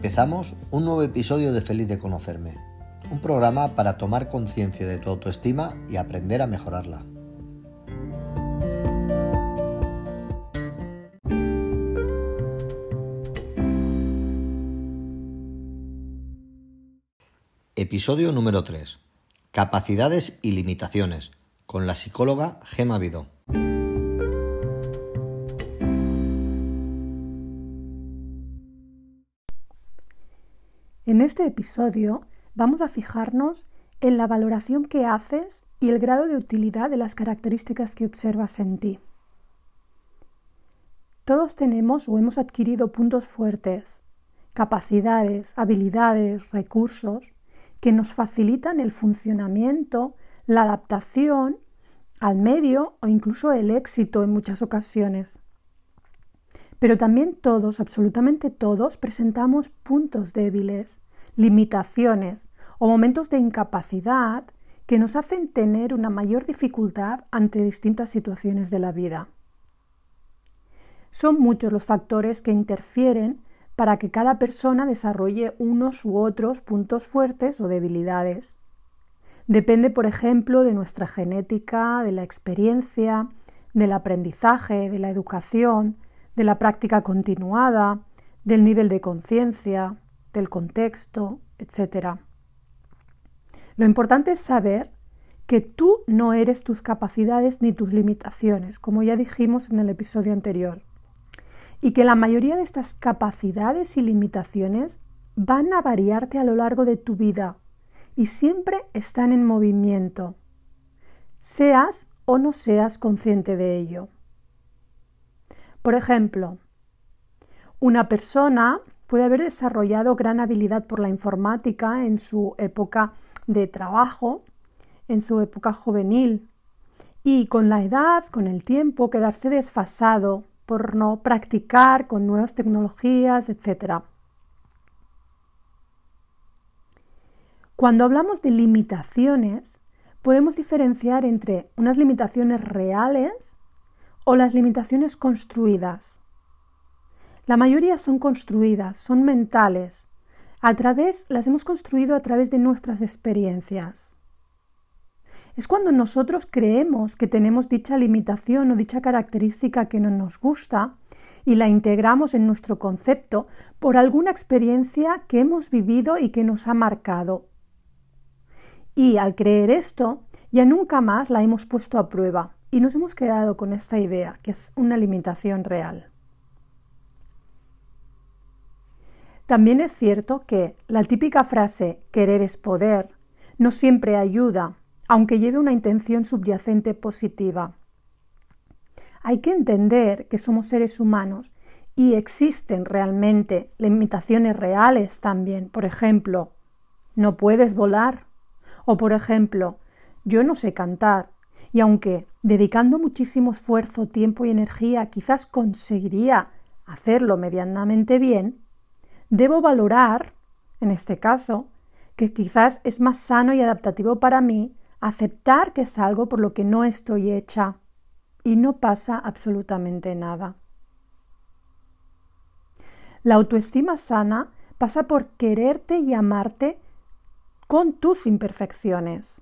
Empezamos un nuevo episodio de Feliz de Conocerme, un programa para tomar conciencia de tu autoestima y aprender a mejorarla. Episodio número 3. Capacidades y limitaciones, con la psicóloga Gemma Vidó. En este episodio vamos a fijarnos en la valoración que haces y el grado de utilidad de las características que observas en ti. Todos tenemos o hemos adquirido puntos fuertes, capacidades, habilidades, recursos que nos facilitan el funcionamiento, la adaptación al medio o incluso el éxito en muchas ocasiones. Pero también todos, absolutamente todos, presentamos puntos débiles, limitaciones o momentos de incapacidad que nos hacen tener una mayor dificultad ante distintas situaciones de la vida. Son muchos los factores que interfieren para que cada persona desarrolle unos u otros puntos fuertes o debilidades. Depende, por ejemplo, de nuestra genética, de la experiencia, del aprendizaje, de la educación, de la práctica continuada, del nivel de conciencia, del contexto, etc. Lo importante es saber que tú no eres tus capacidades ni tus limitaciones, como ya dijimos en el episodio anterior, y que la mayoría de estas capacidades y limitaciones van a variarte a lo largo de tu vida y siempre están en movimiento, seas o no seas consciente de ello. Por ejemplo, una persona puede haber desarrollado gran habilidad por la informática en su época de trabajo, en su época juvenil, y con la edad, con el tiempo, quedarse desfasado por no practicar con nuevas tecnologías, etc. Cuando hablamos de limitaciones, podemos diferenciar entre unas limitaciones reales o las limitaciones construidas. La mayoría son construidas, son mentales. Las hemos construido a través de nuestras experiencias. Es cuando nosotros creemos que tenemos dicha limitación o dicha característica que no nos gusta y la integramos en nuestro concepto por alguna experiencia que hemos vivido y que nos ha marcado. Y al creer esto, ya nunca más la hemos puesto a prueba. Y nos hemos quedado con esta idea, que es una limitación real. También es cierto que la típica frase «querer es poder» no siempre ayuda, aunque lleve una intención subyacente positiva. Hay que entender que somos seres humanos y existen realmente limitaciones reales también. Por ejemplo, no puedes volar. O por ejemplo, yo no sé cantar. Y aunque dedicando muchísimo esfuerzo, tiempo y energía quizás conseguiría hacerlo medianamente bien, debo valorar, en este caso, que quizás es más sano y adaptativo para mí aceptar que es algo por lo que no estoy hecha y no pasa absolutamente nada. La autoestima sana pasa por quererte y amarte con tus imperfecciones.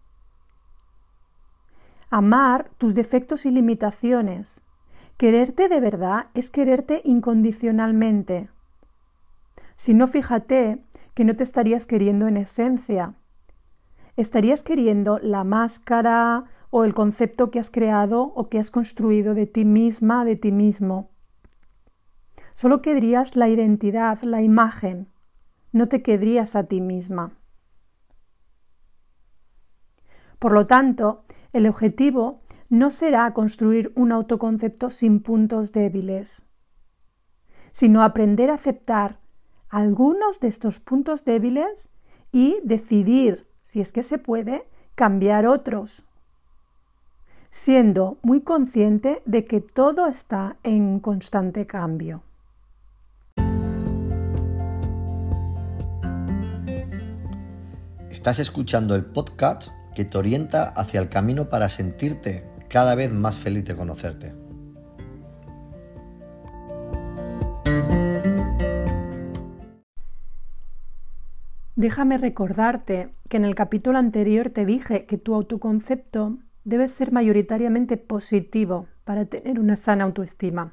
Amar tus defectos y limitaciones. Quererte de verdad es quererte incondicionalmente. Si no, fíjate que no te estarías queriendo en esencia. Estarías queriendo la máscara o el concepto que has creado o que has construido de ti misma, de ti mismo. Solo querrías la identidad, la imagen. No te querrías a ti misma. Por lo tanto, el objetivo no será construir un autoconcepto sin puntos débiles, sino aprender a aceptar algunos de estos puntos débiles y decidir, si es que se puede, cambiar otros, siendo muy consciente de que todo está en constante cambio. Estás escuchando el podcast que te orienta hacia el camino para sentirte cada vez más feliz de conocerte. Déjame recordarte que en el capítulo anterior te dije que tu autoconcepto debe ser mayoritariamente positivo para tener una sana autoestima.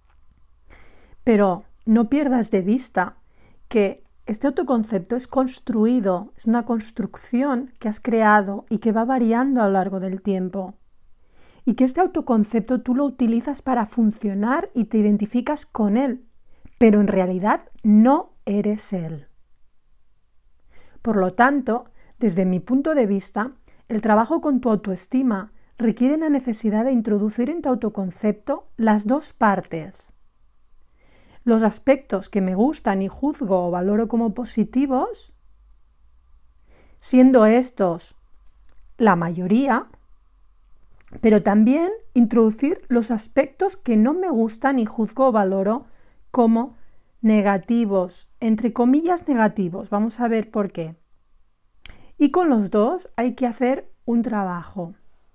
Pero no pierdas de vista que este autoconcepto es construido, es una construcción que has creado y que va variando a lo largo del tiempo. Y que este autoconcepto tú lo utilizas para funcionar y te identificas con él, pero en realidad no eres él. Por lo tanto, desde mi punto de vista, el trabajo con tu autoestima requiere la necesidad de introducir en tu autoconcepto las dos partes. Los aspectos que me gustan y juzgo o valoro como positivos, siendo estos la mayoría, pero también introducir los aspectos que no me gustan y juzgo o valoro como negativos, entre comillas negativos. Vamos a ver por qué. Y con los dos hay que hacer un trabajo.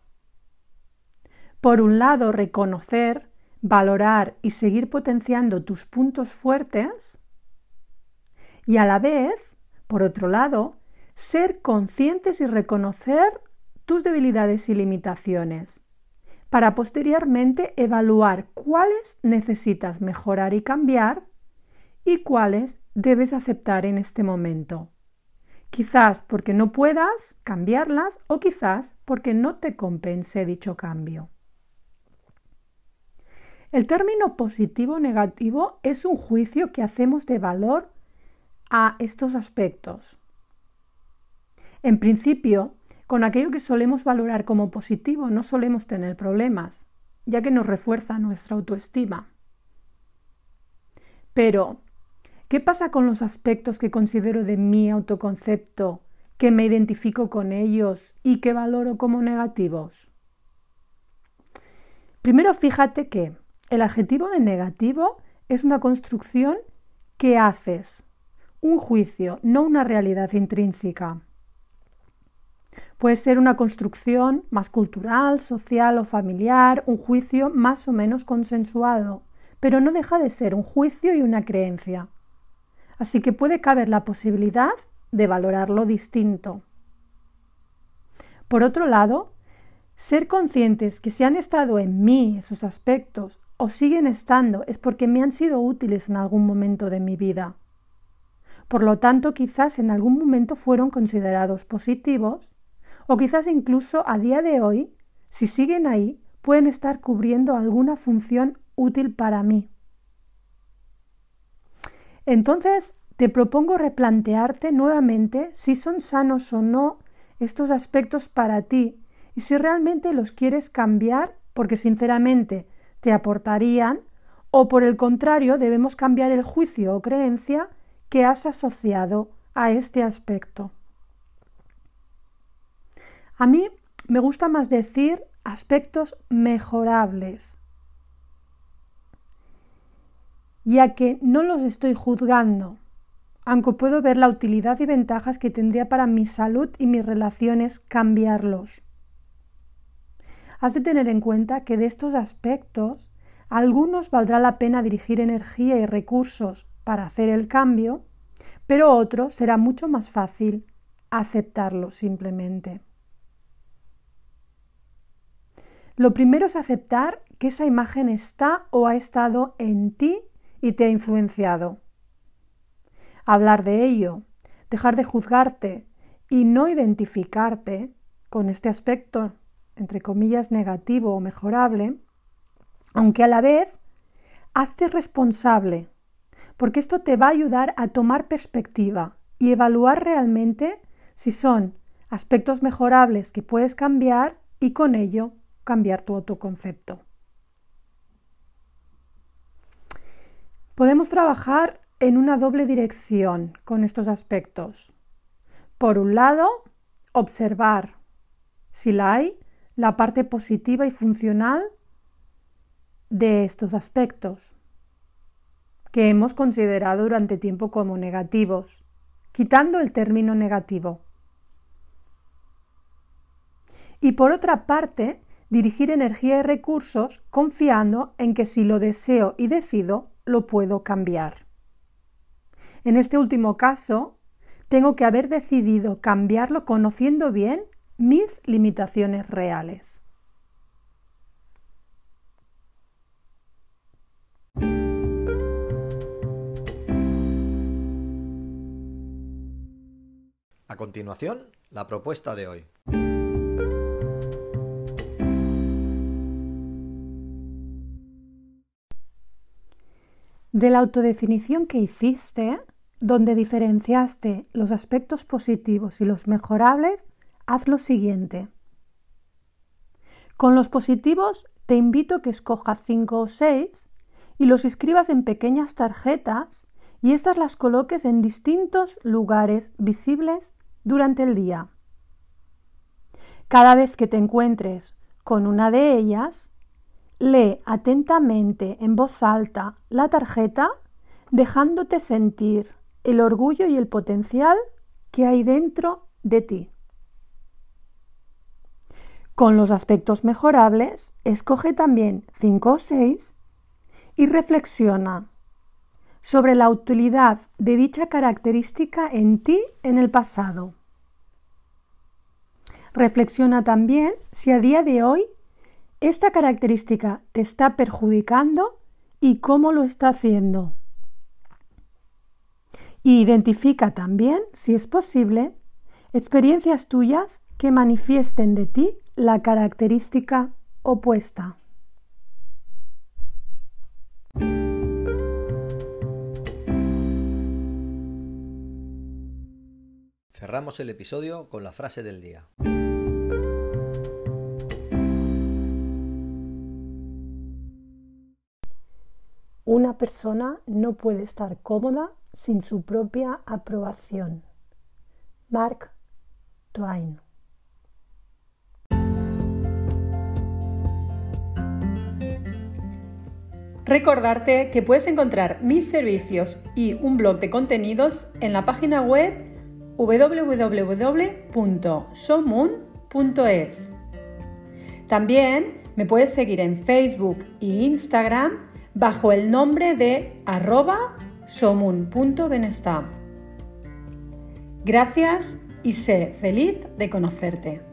Por un lado, reconocer, valorar y seguir potenciando tus puntos fuertes y a la vez, por otro lado, ser conscientes y reconocer tus debilidades y limitaciones para posteriormente evaluar cuáles necesitas mejorar y cambiar y cuáles debes aceptar en este momento. Quizás porque no puedas cambiarlas o quizás porque no te compense dicho cambio. El término positivo o negativo es un juicio que hacemos de valor a estos aspectos. En principio, con aquello que solemos valorar como positivo no solemos tener problemas, ya que nos refuerza nuestra autoestima. Pero, ¿qué pasa con los aspectos que considero de mi autoconcepto, que me identifico con ellos y que valoro como negativos? Primero, fíjate que el adjetivo de negativo es una construcción que haces, un juicio, no una realidad intrínseca. Puede ser una construcción más cultural, social o familiar, un juicio más o menos consensuado, pero no deja de ser un juicio y una creencia. Así que puede caber la posibilidad de valorarlo distinto. Por otro lado, ser conscientes que si han estado en mí esos aspectos o siguen estando es porque me han sido útiles en algún momento de mi vida. Por lo tanto, quizás en algún momento fueron considerados positivos o quizás incluso a día de hoy, si siguen ahí, pueden estar cubriendo alguna función útil para mí. Entonces, te propongo replantearte nuevamente si son sanos o no estos aspectos para ti y si realmente los quieres cambiar porque sinceramente te aportarían o por el contrario debemos cambiar el juicio o creencia que has asociado a este aspecto. A mí me gusta más decir aspectos mejorables, ya que no los estoy juzgando, aunque puedo ver la utilidad y ventajas que tendría para mi salud y mis relaciones cambiarlos. Has de tener en cuenta que de estos aspectos, a algunos valdrá la pena dirigir energía y recursos para hacer el cambio, pero a otros será mucho más fácil aceptarlos simplemente. Lo primero es aceptar que esa imagen está o ha estado en ti y te ha influenciado. Hablar de ello, dejar de juzgarte y no identificarte con este aspecto, entre comillas, negativo o mejorable, aunque a la vez hazte responsable, porque esto te va a ayudar a tomar perspectiva y evaluar realmente si son aspectos mejorables que puedes cambiar y con ello cambiar tu autoconcepto. Podemos trabajar en una doble dirección con estos aspectos. Por un lado, observar, si la hay, la parte positiva y funcional de estos aspectos que hemos considerado durante tiempo como negativos, quitando el término negativo. Y por otra parte, dirigir energía y recursos confiando en que si lo deseo y decido, lo puedo cambiar. En este último caso, tengo que haber decidido cambiarlo conociendo bien mis limitaciones reales. A continuación, la propuesta de hoy. De la autodefinición que hiciste, donde diferenciaste los aspectos positivos y los mejorables, haz lo siguiente. Con los positivos te invito a que escojas 5 o 6 y los escribas en pequeñas tarjetas y estas las coloques en distintos lugares visibles durante el día. Cada vez que te encuentres con una de ellas, lee atentamente en voz alta la tarjeta, dejándote sentir el orgullo y el potencial que hay dentro de ti. Con los aspectos mejorables, escoge también 5 o 6 y reflexiona sobre la utilidad de dicha característica en ti en el pasado. Reflexiona también si a día de hoy esta característica te está perjudicando y cómo lo está haciendo. Y identifica también, si es posible, experiencias tuyas que manifiesten de ti la característica opuesta. Cerramos el episodio con la frase del día. Una persona no puede estar cómoda sin su propia aprobación. Mark Twain. Recordarte que puedes encontrar mis servicios y un blog de contenidos en la página web www.somoon.es. También me puedes seguir en Facebook e Instagram bajo el nombre de @somoon.benestar. Gracias y sé feliz de conocerte.